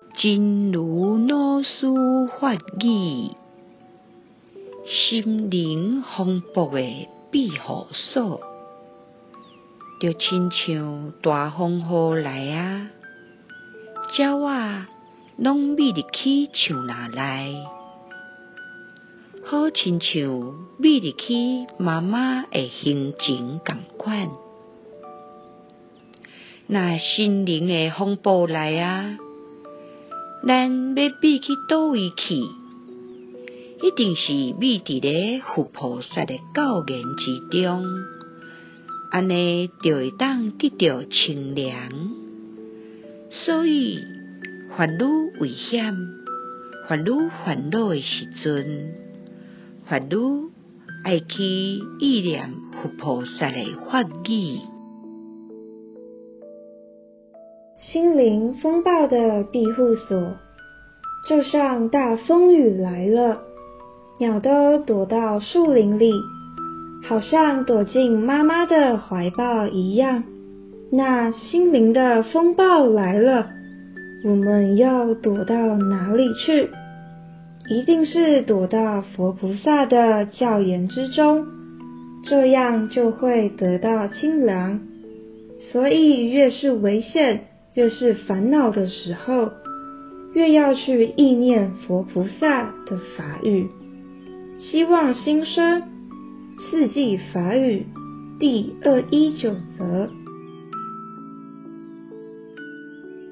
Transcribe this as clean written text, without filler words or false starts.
真如老师法语，心灵丰富的庇护所，就亲像大风雨来啊，鸟仔拢美入去树林内，好亲像美入去妈妈的心情同款。若心灵的风暴来啊，咱要美去倒位去？一定是美伫咧佛菩萨的教言之中，安尼就会当得到清凉。所以，烦恼危险、烦恼烦恼的时阵，烦恼爱去意念佛菩萨的法语。 心灵风暴的庇护所，就像大风雨来了，鸟都躲到树林里，好像躲进妈妈的怀抱一样。那心灵的风暴来了，我们要躲到哪里去？一定是躲到佛菩萨的教言之中，这样就会得到清凉。所以越是危险，越是烦恼的时候，越要去意念佛菩萨的法语。希望新生四季法语第219则。